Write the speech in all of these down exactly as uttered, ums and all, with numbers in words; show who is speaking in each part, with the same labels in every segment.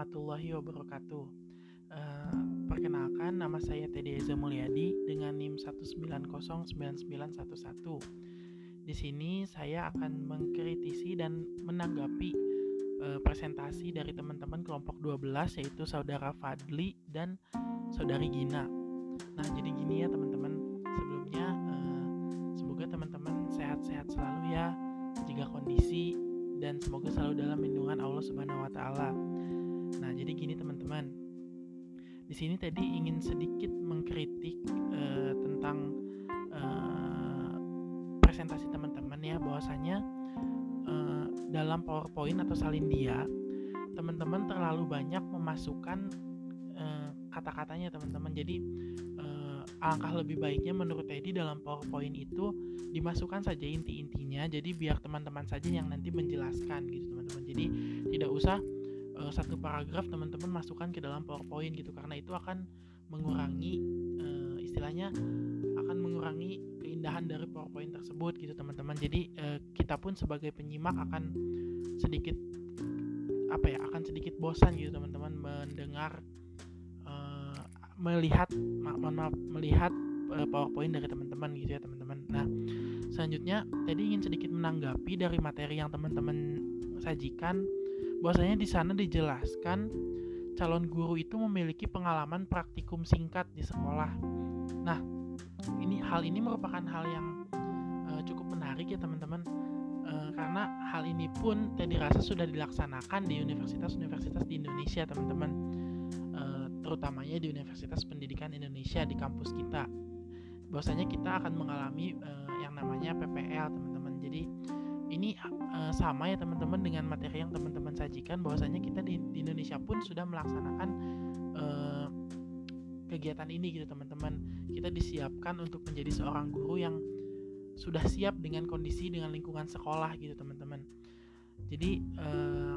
Speaker 1: warahmatullahi wabarakatuh. Uh, perkenalkan, nama saya Teddy Eza Mulyadi dengan N I M satu sembilan nol sembilan sembilan satu satu. Di sini saya akan mengkritisi dan menanggapi uh, presentasi dari teman-teman kelompok dua belas, yaitu Saudara Fadli dan Saudari Gina. Nah, jadi gini ya teman-teman. Sebelumnya uh, semoga teman-teman sehat-sehat selalu ya, jaga kondisi, dan semoga selalu dalam lindungan Allah Subhanahu wa taala. Nah, jadi gini teman-teman. Di sini tadi ingin sedikit mengkritik uh, tentang uh, presentasi teman-teman ya, bahwasanya uh, dalam PowerPoint atau salindia teman-teman terlalu banyak memasukkan uh, kata-katanya teman-teman. Jadi uh, alangkah lebih baiknya menurut Teddy dalam PowerPoint itu dimasukkan saja inti-intinya, jadi biar teman-teman saja yang nanti menjelaskan gitu teman-teman. Jadi tidak usah uh, satu paragraf teman-teman masukkan ke dalam PowerPoint gitu, karena itu akan mengurangi uh, istilahnya akan mengurangi keindahan dari PowerPoint tersebut gitu teman-teman. Jadi uh, kita pun sebagai penyimak akan sedikit apa ya akan sedikit bosan gitu teman-teman mendengar uh, melihat ma- mohon maaf melihat PowerPoint dari teman-teman gitu ya teman-teman. Nah, selanjutnya tadi ingin sedikit menanggapi dari materi yang teman-teman sajikan, bahwasanya di sana dijelaskan calon guru itu memiliki pengalaman praktikum singkat di sekolah. Nah, ini hal ini merupakan hal yang uh, cukup menarik ya teman-teman, uh, karena hal ini pun tadi rasa sudah dilaksanakan di universitas-universitas di Indonesia teman-teman, uh, terutamanya di Universitas Pendidikan Indonesia di kampus kita. Bahwasanya kita akan mengalami uh, yang namanya P P L teman-teman. Jadi ini uh, sama ya teman-teman dengan materi yang teman-teman sajikan, bahwasanya kita di, di Indonesia pun sudah melaksanakan uh, kegiatan ini gitu teman-teman. Kita disiapkan untuk menjadi seorang guru yang sudah siap dengan kondisi dengan lingkungan sekolah gitu teman-teman. Jadi uh,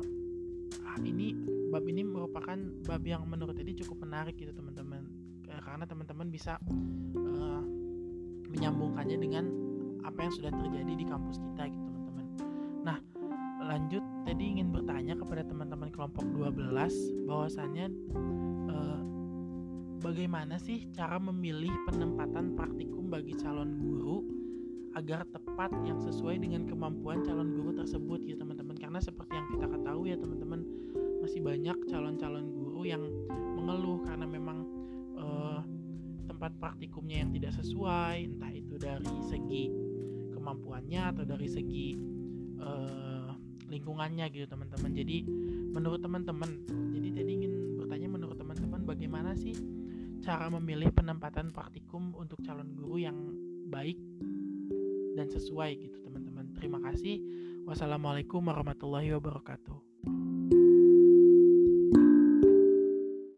Speaker 1: ini bab ini merupakan bab yang menurut tadi cukup menarik gitu teman-teman, karena teman-teman bisa uh, menyambungkannya dengan apa yang sudah terjadi di kampus kita gitu teman-teman. Nah, lanjut tadi ingin bertanya kepada teman-teman kelompok dua belas, bahwasannya uh, bagaimana sih cara memilih penempatan praktikum bagi calon guru agar tepat yang sesuai dengan kemampuan calon guru tersebut gitu teman-teman. Karena seperti yang kita ketahui ya teman-teman, masih banyak calon-calon guru yang mengeluh karena memang uh, tempat praktikumnya yang tidak sesuai, entah itu dari segi kemampuannya atau dari segi uh, lingkungannya gitu teman-teman. Jadi menurut teman-teman, jadi tadi ingin bertanya menurut teman-teman bagaimana sih cara memilih penempatan praktikum untuk calon guru yang baik dan sesuai gitu teman-teman. Terima kasih. Wassalamualaikum warahmatullahi wabarakatuh.